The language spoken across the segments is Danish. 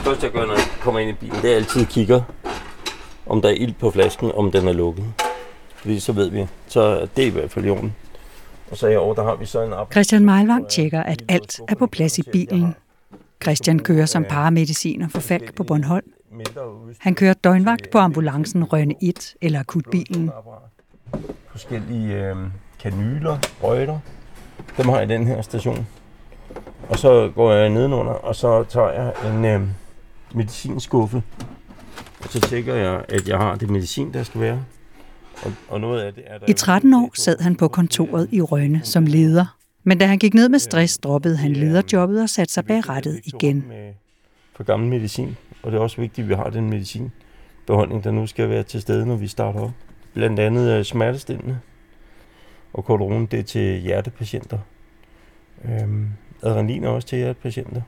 første jeg gør, når jeg kommer ind i bilen, det er altid kigger, om der er ild på flasken, om den er lukket. Fordi så ved vi, så det er i hvert fald i orden. Og så herovre, der har vi så en Christian Meilvang tjekker, at alt er på plads i bilen. Christian kører som paramediciner for Falck på Bornholm. Han kører døgnvagt på ambulancen Rønne 1 eller akutbilen. Forskellige kanyler, sprøjter. Dem har jeg i den her station. Og så går jeg nedenunder, og så tager jeg en medicinskuffe. Og så tjekker jeg, at jeg har det medicin, der skal være. Og noget af det er der. I 13 år sad han på kontoret i Rønne som leder. Men da han gik ned med stress, droppede han lederjobbet og satte sig bag rattet igen. For gammel medicin. Og det er også vigtigt, at vi har den medicinbeholdning, der nu skal være til stede, når vi starter op. Blandt andet smertestillende. Og Cortron, det er til hjertepatienter. Adrenalin er også til hjertepatienter.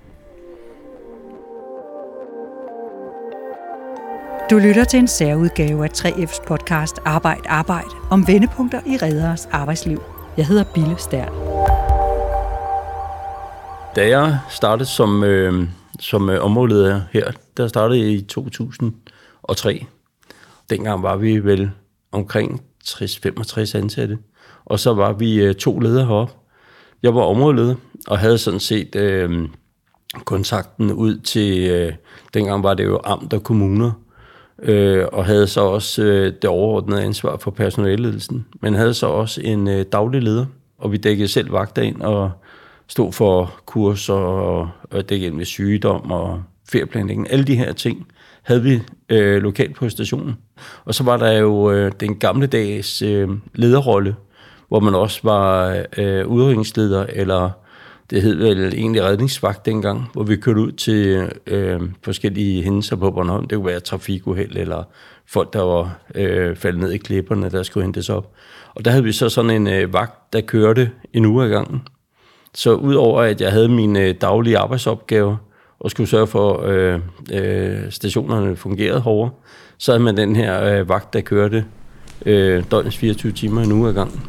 Du lytter til en særudgave af 3F's podcast Arbejde om vendepunkter i rederes arbejdsliv. Jeg hedder Bille Stern. Da jeg startede som områdeleder her, der startede jeg i 2003. Dengang var vi vel omkring 60-65 ansatte, og så var vi 2 ledere heroppe. Jeg var områdeleder og havde sådan set kontakten ud til, dengang var det jo amt og kommuner, og havde så også det overordnede ansvar for personaleledelsen, men havde så også en daglig leder, og vi dækkede selv vagter ind og stod for kurser og dækkede ind med sygdom og ferieplanlægning. Alle de her ting havde vi lokalt på stationen. Og så var der jo den gamle dags lederrolle, hvor man også var udrykningsleder, eller det hed vel egentlig redningsvagt dengang, hvor vi kørte ud til forskellige hændelser på Bornholm. Det kunne være trafikuheld, eller folk, der var faldet ned i klipperne, der skulle hentes op. Og der havde vi så sådan en vagt, der kørte en uge ad gangen. Så udover at jeg havde mine daglige arbejdsopgaver, og skulle sørge for, at stationerne fungerede hårdere, så havde man den her vagt, der kørte døgnets 24 timer en uge ad gangen.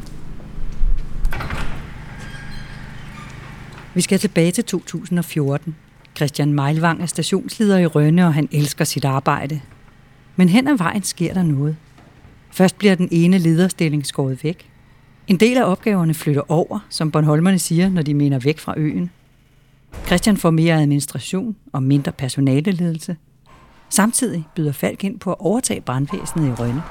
Vi skal tilbage til 2014. Christian Meilvang er stationsleder i Rønne, og han elsker sit arbejde. Men hen ad vejen sker der noget. Først bliver den ene lederstilling skåret væk. En del af opgaverne flytter over, som bornholmerne siger, når de mener væk fra øen. Christian får mere administration og mindre personaleledelse. Samtidig byder Falck ind på at overtage brandvæsenet i Rønne.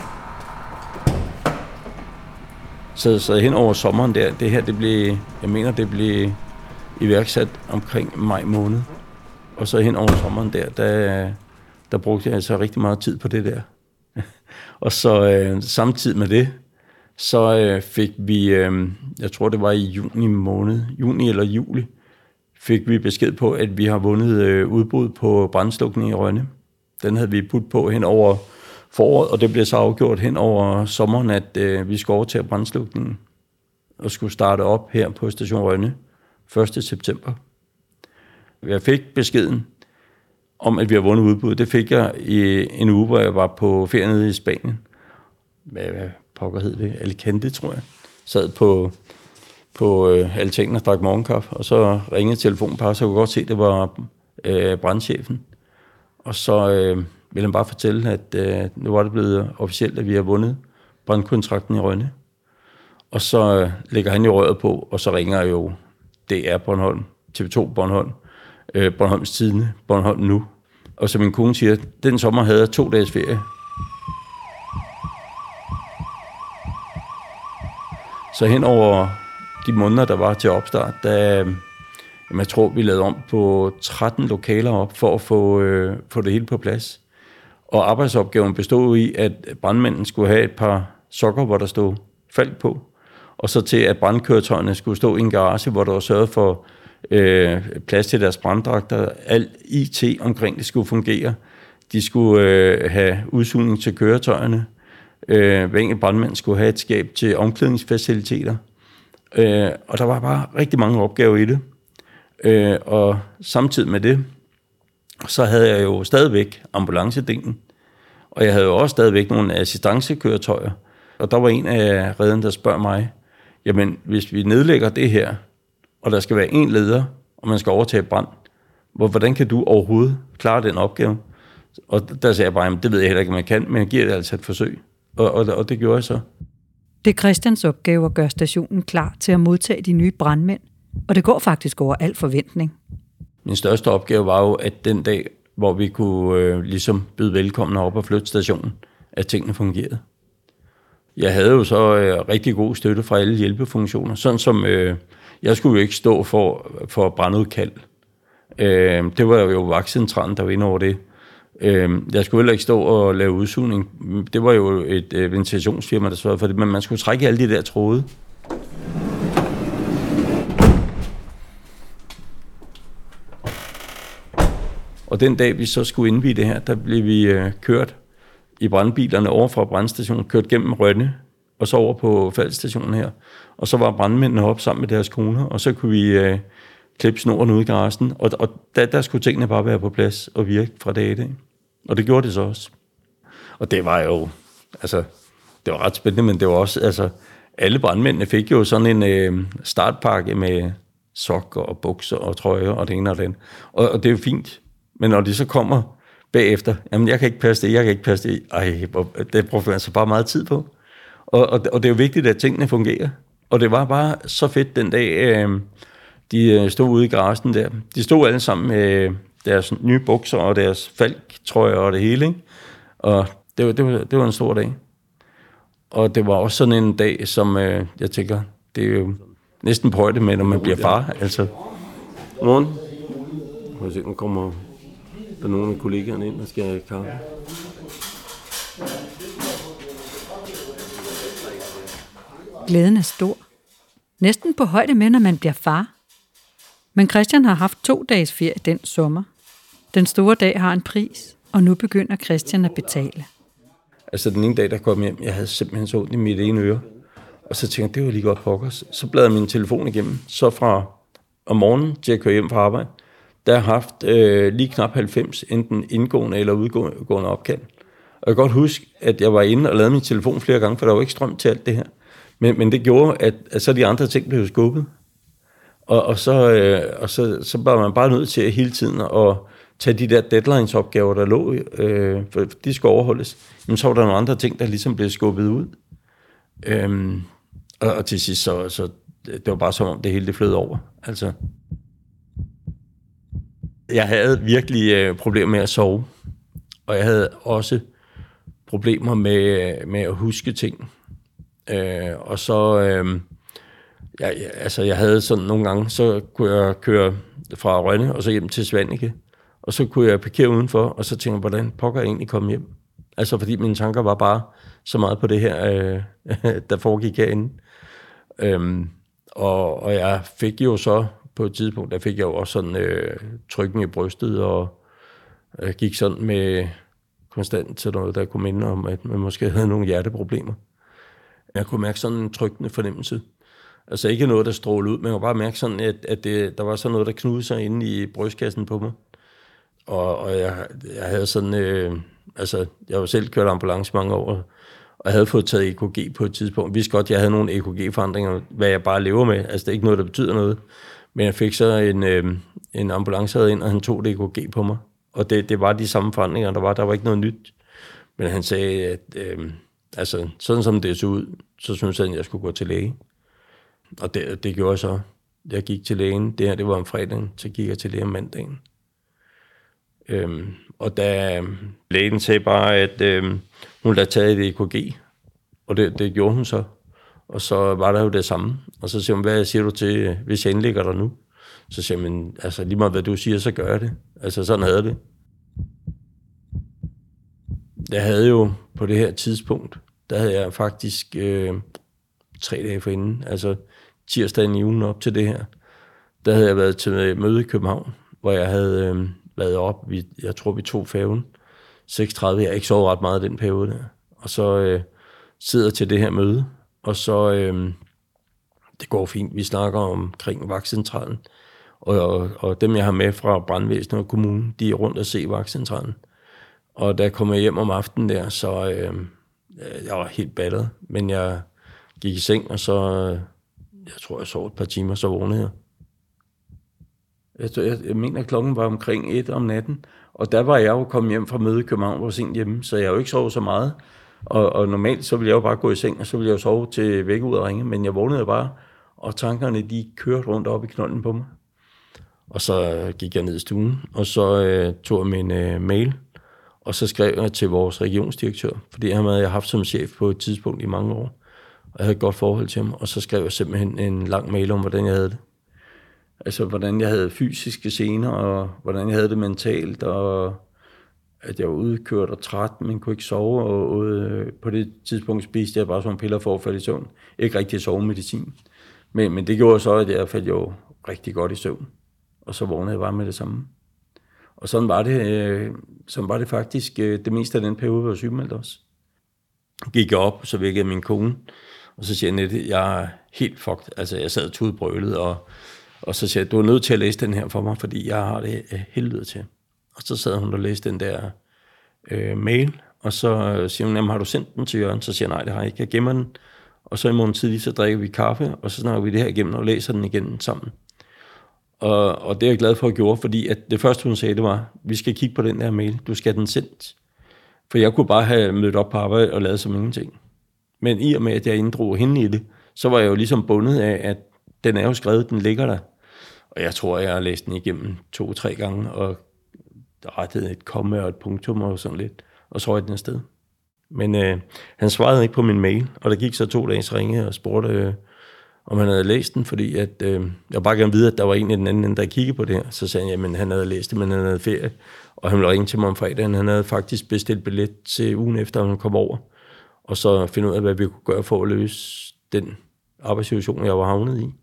Så hen over sommeren der, det blev iværksat omkring maj måned. Og så hen over sommeren der brugte jeg altså rigtig meget tid på det der. Og så samtidig med det, så fik vi, jeg tror det var i juni eller juli, fik vi besked på, at vi har vundet udbud på brandslukning i Rønne. Den havde vi budt på hen over foråret, og det blev så afgjort hen over sommeren, at vi skulle overtage brandslukningen og skulle starte op her på station Rønne 1. september. Jeg fik beskeden om, at vi har vundet udbud. Det fik jeg i en uge, hvor jeg var på ferie nede i Spanien. Hvad pokker hed det? Alicante, tror jeg. Sad på altanen og drak morgenkaffe, og så ringede telefonen bare, så jeg kunne godt se, at det var brandchefen. Og så ville han bare fortælle, at nu var det blevet officielt, at vi har vundet brandkontrakten i Rønne. Og så lægger han jo røret på, og så ringer jo DR Bornholm, TV2 Bornholm, Bornholms Tidende, Bornholm Nu. Og som min kone siger, den sommer havde jeg 2 dages ferie. Så hen over de måneder, der var til opstart, jeg tror, vi lavede om på 13 lokaler op for at få det hele på plads. Og arbejdsopgaven bestod i, at brandmænden skulle have et par sokker, hvor der stod Falck på, og så til, at brandkøretøjerne skulle stå i en garage, hvor der var sørget for plads til deres branddragter. Alt IT omkring det skulle fungere. De skulle have udsugning til køretøjerne. Hver enkelt brandmand skulle have et skab til omklædningsfaciliteter. Og der var bare rigtig mange opgaver i det. Og samtidig med det, så havde jeg jo stadigvæk ambulancedelen, og jeg havde jo også stadigvæk nogle assistancekøretøjer. Og der var en af redderne, der spørger mig, jamen hvis vi nedlægger det her, og der skal være en leder, og man skal overtage brand, Hvordan kan du overhovedet klare den opgave? Og der sagde jeg bare, det ved jeg heller ikke, om man kan, men jeg giver det altså et forsøg. Og det gjorde jeg så. Det er Christians opgave at gøre stationen klar til at modtage de nye brandmænd, og det går faktisk over al forventning. Min største opgave var jo, at den dag, hvor vi kunne ligesom byde velkommen op og flytte stationen, at tingene fungerede. Jeg havde jo så rigtig god støtte fra alle hjælpefunktioner, sådan som jeg skulle jo ikke stå for brandudkald. Det var jo vagtcentralen, der var inde over det. Jeg skulle heller ikke stå og lave udsugning. Det var jo et ventilationsfirma, der sørgede for det, men man skulle trække alle de der tråde. Og den dag, vi så skulle indvie det her, der blev vi kørt i brandbilerne over fra brandstationen, kørt gennem Rønne, og så over på Faldsstationen her. Og så var brandmændene op sammen med deres koner, og så kunne vi klippe snoren ud i garagen. Og der skulle tingene bare være på plads og virke fra dag i dag. Og det gjorde det så også. Og det var jo, altså, det var ret spændende, men det var også, altså, alle brandmændene fik jo sådan en startpakke med sokker og bukser og trøjer og det ene og den. Og det er jo fint. Men når de så kommer bagefter, jamen jeg kan ikke passe det, det bruger man så bare meget tid på. Og det er jo vigtigt, at tingene fungerer. Og det var bare så fedt den dag, de stod ude i garagen der. De stod alle sammen med deres nye bukser og deres falktrøjer og det hele, ikke? Og det var en stor dag. Og det var også sådan en dag, som jeg tænker, det er jo næsten på højde med, når man bliver far. Altså, godmorgen. Må jeg se, nu kommer der nogle af kollegaerne ind og skal have kaffe. Glæden er stor. Næsten på højde med, når man bliver far. Men Christian har haft 2 dages ferie den sommer. Den store dag har en pris, og nu begynder Christian at betale. Altså den ene dag, der kom hjem, jeg havde simpelthen så ondt i mit ene øre. Og så tænkte jeg, det var lige godt pokkers. Så bladrede min telefon igennem. Så fra om morgenen til at køre hjem fra arbejde, der har haft lige knap 90, enten indgående eller udgående opkald. Og jeg kan godt huske, at jeg var inde og lavede min telefon flere gange, for der var ikke strøm til alt det her. Men det gjorde, at så de andre ting blev skubbet. Og så var man bare nødt til hele tiden at tage de der deadlines-opgaver, der lå, for de skulle overholdes. Men så var der nogle andre ting, der ligesom blev skubbet ud. Og til sidst, så det var bare som om det hele det flød over. Altså, jeg havde virkelig problemer med at sove. Og jeg havde også problemer med at huske ting. Og så... jeg havde sådan nogle gange, så kunne jeg køre fra Rønne og så hjem til Svanike, og så kunne jeg parkere udenfor, og så tænkte jeg, hvordan pokker jeg egentlig komme hjem? Altså fordi mine tanker var bare så meget på det her, der foregik herinde. Og jeg fik jo så på et tidspunkt, der fik jeg jo også sådan trykken i brystet, og gik sådan med konstant til noget, der kunne minde om, at man måske havde nogle hjerteproblemer. Jeg kunne mærke sådan en trykkende fornemmelse. Altså ikke noget, der strålede ud, men jeg kunne bare mærke sådan, at der var sådan noget, der knudede sig inde i brystkassen på mig. Og jeg havde sådan, jeg var selv kørt ambulance mange år, og jeg havde fået taget EKG på et tidspunkt. Jeg vidste godt, at jeg havde nogle EKG-forandringer, hvad jeg bare lever med. Altså det er ikke noget, der betyder noget. Men jeg fik så en ambulance ind, og han tog et EKG på mig. Og det var de samme forandringer, der var ikke noget nyt. Men han sagde, at sådan som det så ud, så synes jeg, at jeg skulle gå til læge. Og det gjorde jeg så. Jeg gik til lægen. Det var om fredagen, så gik jeg til lægen om mandagen. Og da lægen sagde bare, at hun havde taget et EKG, og det gjorde hun så. Og så var der jo det samme. Og så siger hun, hvad siger du til, hvis jeg indlægger dig nu? Så siger man, altså lige meget hvad du siger, så gør jeg det. Altså sådan havde det. Jeg havde jo på det her tidspunkt, der havde jeg faktisk 3 dage forinden, altså tirsdagen i ugen op til det her, der havde jeg været til møde i København, hvor jeg havde været op, jeg tror vi tog færgen 6:30, jeg har ikke sovet ret meget den periode der, og så sidder til det her møde, og så, det går fint, vi snakker omkring vagtcentralen, og dem jeg har med fra brandvæsenet og kommunen, de er rundt og se vagtcentralen, og da jeg kom hjem om aftenen der, så jeg var helt battet, men jeg gik i seng, og så, jeg tror jeg sov et par timer, så vågnede jeg. Jeg mener, at klokken var omkring 1 om natten, og der var jeg jo kommet hjem fra møde i København, hvor sent hjemme, så jeg har jo ikke sovet så meget. Og normalt så ville jeg jo bare gå i seng, og så ville jeg jo sove til væk ud og ringe, men jeg vågnede bare, og tankerne de kørte rundt op i knolden på mig. Og så gik jeg ned i stuen, og så tog jeg min mail, og så skrev jeg til vores regionsdirektør, fordi han havde jeg haft som chef på et tidspunkt i mange år, og jeg havde et godt forhold til ham, og så skrev jeg simpelthen en lang mail om, hvordan jeg havde det. Altså, hvordan jeg havde fysiske gener, og hvordan jeg havde det mentalt, og at jeg var udkørt og træt, men kunne ikke sove, og på det tidspunkt spiste jeg bare sådan piller for at falde i søvn. Ikke rigtig sovemedicin. Men det gjorde så, at jeg faldt jo rigtig godt i søvn, og så vågnede jeg bare med det samme. Og sådan var det faktisk det meste af den periode, hvor jeg sygemeldte også. Gik jeg op, så vækkede min kone, og så siger Annette, jeg er helt fucked. Altså, jeg sad tudbrølet, og så siger jeg, du er nødt til at læse den her for mig, fordi jeg har det helvede til. Og så sad hun og læste den der mail, og så siger hun, jamen har du sendt den til Jørgen? Så siger jeg, nej, det har jeg ikke. Jeg gemmer den. Og så i morgen tidlig, så drikker vi kaffe, og så snakker vi det her igennem og læser den igen sammen. Og det er jeg glad for at gøre, fordi at det første, hun sagde, det var, vi skal kigge på den der mail. Du skal den sendt. For jeg kunne bare have mødt op på arbejde og lavet som ingenting. Men i og med, at jeg inddrog hende i det, så var jeg jo ligesom bundet af, at den er jo skrevet, den ligger der. Og jeg tror, jeg har læst den igennem 2-3 gange, og rettede et komma og et punktum og sådan lidt, og så røg den afsted. Men han svarede ikke på min mail, og der gik så 2 dage, så ringede og spurgte, om han havde læst den, fordi at, jeg bare gerne vide, at der var en i den anden, der kiggede på det her. Så sagde han, jamen han havde læst det, men han havde ferie, og han ville ringe til mig om fredagen. Han havde faktisk bestilt billet til ugen efter, han kom over, og så finde ud af, hvad vi kunne gøre for at løse den arbejdssituation, jeg var havnet i.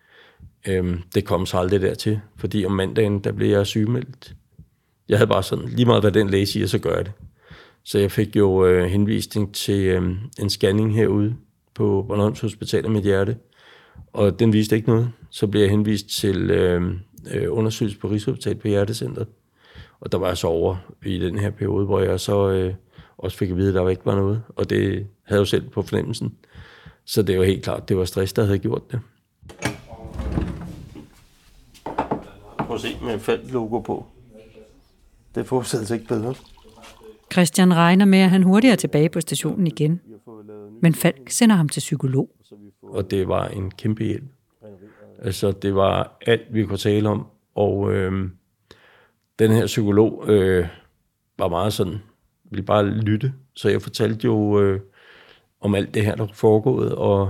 Det kom så aldrig dertil, fordi om mandagen, der blev jeg sygemeldt. Jeg havde bare sådan, lige meget hvad den læge siger, så gør jeg det. Så jeg fik jo henvisning til en scanning herude på Bornholms Hospital af mit hjerte, og den viste ikke noget. Så blev jeg henvist til undersøgelse på Rigshospitalet på Hjertecentret, og der var jeg så over i den her periode, hvor jeg så også fik at vide, at der ikke var noget, og det havde jeg jo selv på fornemmelsen. Så det var helt klart, det var stress, der havde gjort det. Prøv at se med Falck-logo på. Det får altså ikke bedre. Christian regner med, at han hurtigt er tilbage på stationen igen. Men Falck sender ham til psykolog. Og det var en kæmpe hjælp. Altså, det var alt, vi kunne tale om. Og den her psykolog var meget sådan, ville bare lytte. Så jeg fortalte jo om alt det her, der foregået. Og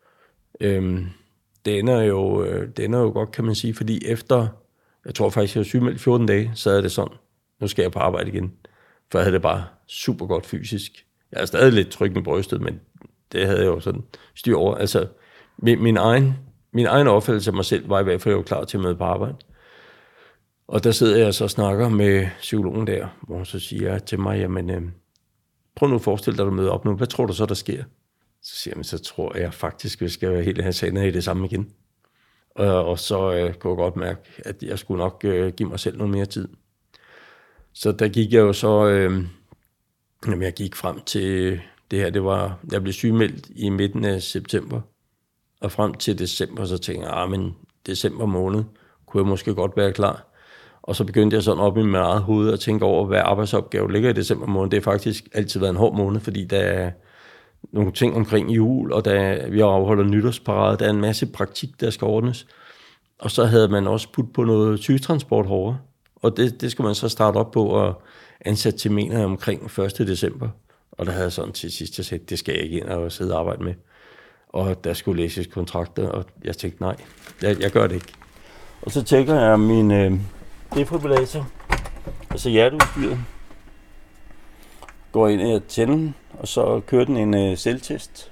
det ender jo godt, kan man sige. Fordi efter, jeg tror faktisk, jeg var sygemeldt 14 dage, så havde det sådan, nu skal jeg på arbejde igen. For jeg havde det bare super godt fysisk. Jeg er stadig lidt tryg med brystet, men det havde jeg jo sådan styr over. Altså, min egen opfattelse af mig selv var i hvert fald jo klar til at møde på arbejde. Og der sidder jeg så og snakker med psykologen der, hvor hun så siger til mig, jamen, prøv nu at forestille dig, at du møder op nu. Hvad tror du så, der sker? Så siger jeg, så tror jeg faktisk, vi skal være helt have sagen i det samme igen. Og så kunne jeg godt mærke, at jeg skulle nok give mig selv noget mere tid. Så der gik jeg jo så, jeg gik frem til det her, jeg blev sygemeldt i midten af september, og frem til december, så tænkte jeg, men december måned kunne jeg måske godt være klar. Og så begyndte jeg sådan op i mit eget hoved at tænke over, hvad arbejdsopgave ligger i december måned. Det har faktisk altid været en hård måned, fordi der er nogle ting omkring jul, og vi afholder nytårsparade, der er en masse praktik, der skal ordnes. Og så havde man også putt på noget sygetransport hårdere. Og det skulle man så starte op på og ansætte til mener omkring 1. december. Og der havde jeg sådan til sidst, jeg sagde, det skal jeg ikke ind og sidde og arbejde med. Og der skulle læses kontrakter, og jeg tænkte, nej, jeg gør det ikke. Og så tjekker jeg min defibrillator, altså hjerteudstyret. Går ind og tænder den, og så kører den en selvtest.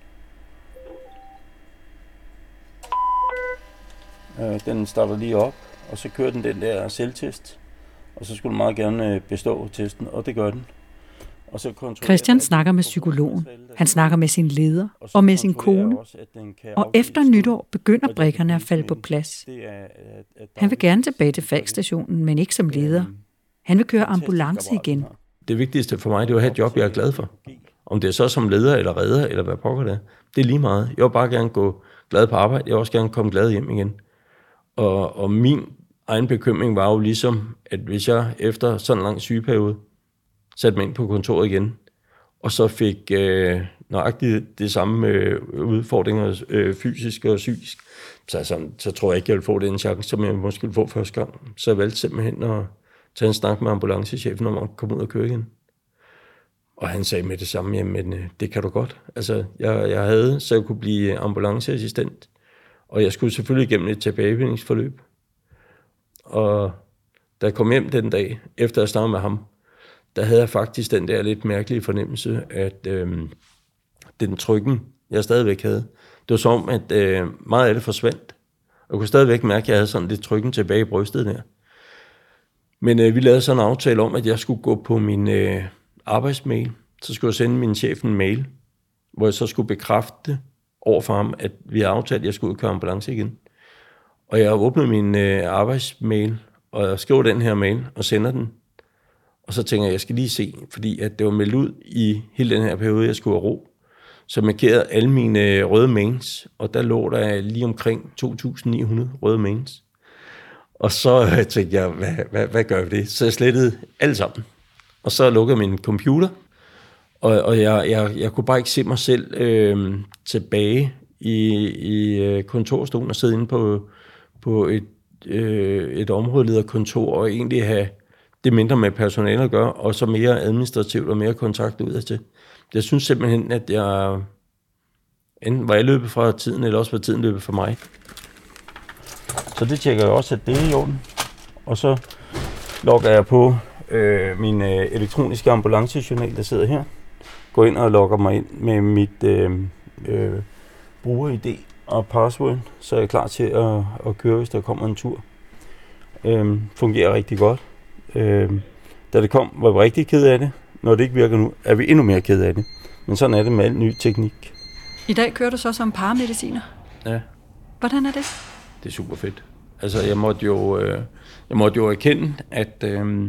Den starter lige op, og så kører den der selvtest. Og så skulle den meget gerne bestå testen, og det gør den. Og så Christian snakker med psykologen. Han snakker med sin leder og med sin kone. Og efter nytår begynder brikkerne at falde på plads. Han vil gerne tilbage til Falck-stationen, men ikke som leder. Han vil køre ambulance igen. Det vigtigste for mig, det er at have et job, jeg er glad for. Om det er så som leder eller redder, eller hvad pokker det er. Det er lige meget. Jeg vil bare gerne gå glad på arbejde. Jeg vil også gerne komme glad hjem igen. Og min egen bekymring var jo ligesom, at hvis jeg efter sådan en lang sygeperiode satte mig ind på kontoret igen, og så fik nøjagtigt det samme udfordringer fysisk og psykisk, så tror jeg ikke, jeg ville få den chance, som jeg måske ville få første gang. Så jeg valgte simpelthen at tage en snak med ambulancechefen om at komme ud og køre igen. Og han sagde med det samme, jamen det kan du godt. Altså, jeg havde, så jeg kunne blive ambulanceassistent, og jeg skulle selvfølgelig igennem et tilbagevendningsforløb. Og da jeg kom hjem den dag, efter jeg snakkede med ham, der havde jeg faktisk den der lidt mærkelige fornemmelse, at den trykken, jeg stadigvæk havde, det var som, at meget af det forsvandt. Jeg kunne stadigvæk mærke, at jeg havde sådan lidt trykken tilbage i brystet der. Men vi lavede sådan en aftale om, at jeg skulle gå på min arbejdsmail. Så skulle jeg sende min chef en mail, hvor jeg så skulle bekræfte over for ham, at vi havde aftalt, at jeg skulle køre ambulance igen. Og jeg åbnede min arbejdsmail, og jeg skriver den her mail og sender den. Og så tænker jeg skal lige se, fordi at det var meldt ud i hele den her periode, jeg skulle have ro. Så markerede alle mine røde mails, og der lå der lige omkring 2.900 røde mails. Og så tænkte jeg, hvad gør vi det? Så jeg slettede alt sammen. Og så lukkede min computer, og jeg kunne bare ikke se mig selv tilbage i kontorstolen og sidde inde på et områdelederkontor og egentlig have det mindre med personale at gøre, og så mere administrativt og mere kontakt udadtil. Jeg synes simpelthen, at jeg enten var jeg løbet fra tiden, eller også var tiden løbet fra mig. Så det tjekker jeg også, at det er i orden. Og så logger jeg på min elektroniske ambulancejournal, der sidder her. Går ind og logger mig ind med mit bruger-ID og password, så er jeg klar til at køre, hvis der kommer en tur. Fungerer rigtig godt. Da det kom, var vi rigtig ked af det. Når det ikke virker nu, er vi endnu mere ked af det. Men sådan er det med al ny teknik. I dag kører du så som paramediciner? Ja. Hvordan er det? Det er super fedt. Altså, jeg måtte jo erkende, at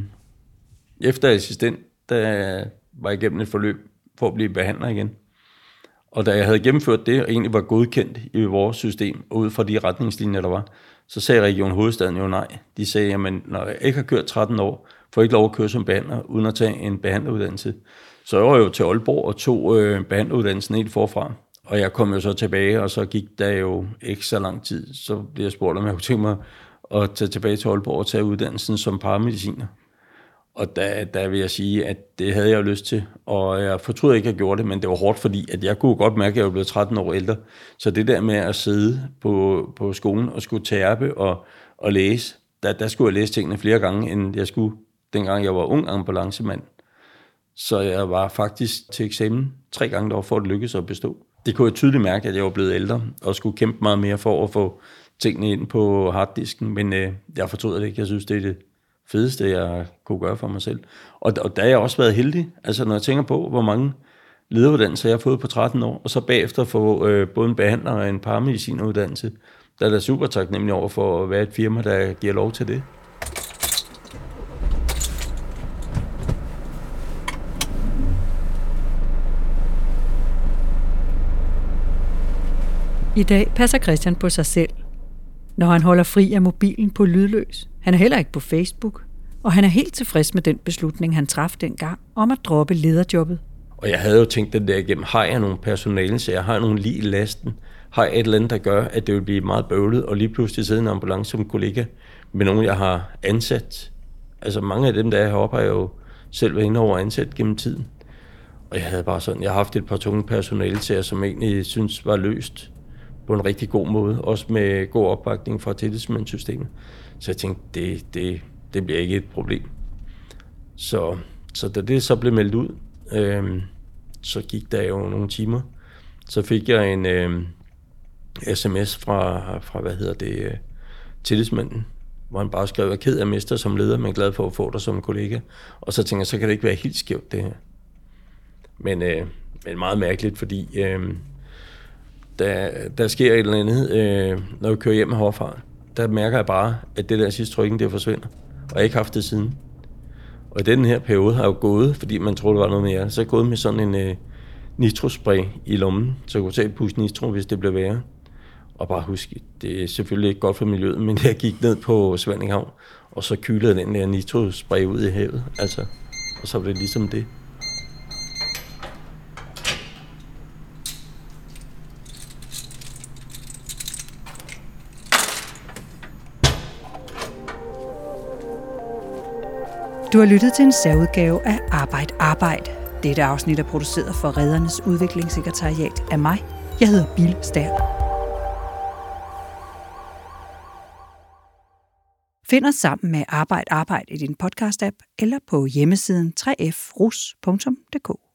efter assistent, der var jeg igennem et forløb for at blive behandler igen. Og da jeg havde gennemført det, og egentlig var godkendt i vores system, og ud fra de retningslinjer, der var, så sagde Region Hovedstaden jo nej. De sagde, jamen, når jeg ikke har kørt 13 år, får jeg ikke lov at køre som behandler, uden at tage en behandleruddannelse. Så jeg var jo til Aalborg og tog behandleruddannelsen helt forfra. Og jeg kom jo så tilbage, og så gik der jo ikke så lang tid. Så blev jeg spurgt, om jeg kunne tænke mig at tage tilbage til Aalborg og tage uddannelsen som paramediciner. Og der vil jeg sige, at det havde jeg jo lyst til, og jeg fortryder ikke, at jeg gjorde det, men det var hårdt, fordi at jeg kunne godt mærke, at jeg var blevet 13 år ældre. Så det der med at sidde på skolen og skulle terpe og læse, der skulle jeg læse tingene flere gange, end jeg skulle, dengang jeg var ung ambulancemand. Så jeg var faktisk til eksamen 3 gange derovre, for at lykkes at bestå. Det kunne jeg tydeligt mærke, at jeg var blevet ældre, og skulle kæmpe meget mere for at få tingene ind på harddisken, men jeg fortryder det ikke. Jeg synes, det er det fedeste, jeg kunne gøre for mig selv. Og der har jeg også været heldig, altså når jeg tænker på, hvor mange lederuddannelser jeg har fået på 13 år, og så bagefter få både en behandler og en paramedicineruddannelse, der er der super taknemmelig over for at være et firma, der giver lov til det. I dag passer Christian på sig selv. Når han holder fri af mobilen på lydløs. Han er heller ikke på Facebook. Og han er helt tilfreds med den beslutning, han traf dengang om at droppe lederjobbet. Og jeg havde jo tænkt den der igennem. Har jeg nogle personale, så jeg har nogle lige i lasten? Har jeg et eller andet, der gør, at det vil blive meget bøvlet, og lige pludselig sidde en ambulance som kollega med nogen, jeg har ansat? Altså mange af dem, der er heroppe, har jeg jo selv været inde over ansat gennem tiden. Og jeg havde bare sådan, jeg har haft et par tunge personale til jer, som egentlig synes var løst på en rigtig god måde, også med god opbakning fra tillidsmandssystemet. Så jeg tænkte, det bliver ikke et problem. Så da det så blev meldt ud, så gik der jo nogle timer. Så fik jeg en sms fra tillidsmanden, hvor han bare skrev, at jeg er ked af at miste som leder, men glad for at få dig som kollega. Og så tænkte jeg, så kan det ikke være helt skævt det her. Men meget mærkeligt, fordi der sker et eller andet, når vi kører hjem herfra. Der mærker jeg bare, at det der sidste trykken, det forsvinder. Og jeg har ikke haft det siden. Og i den her periode har jeg jo gået, fordi man troede, det var noget mere. Så er jeg gået med sådan en nitrospray i lommen, så jeg kunne tage et pus nitro, hvis det blev værre. Og bare husk, det er selvfølgelig ikke godt for miljøet, men jeg gik ned på Svaninghavn, og så kylede den der nitrospray ud i havet, altså. Og så var det ligesom det. Du har lyttet til en særudgave af Arbejde. Dette afsnit er produceret for Redernes Udviklingssekretariat af mig. Jeg hedder Bille Stær. Find os sammen med Arbejde i din podcast-app eller på hjemmesiden 3frus.dk.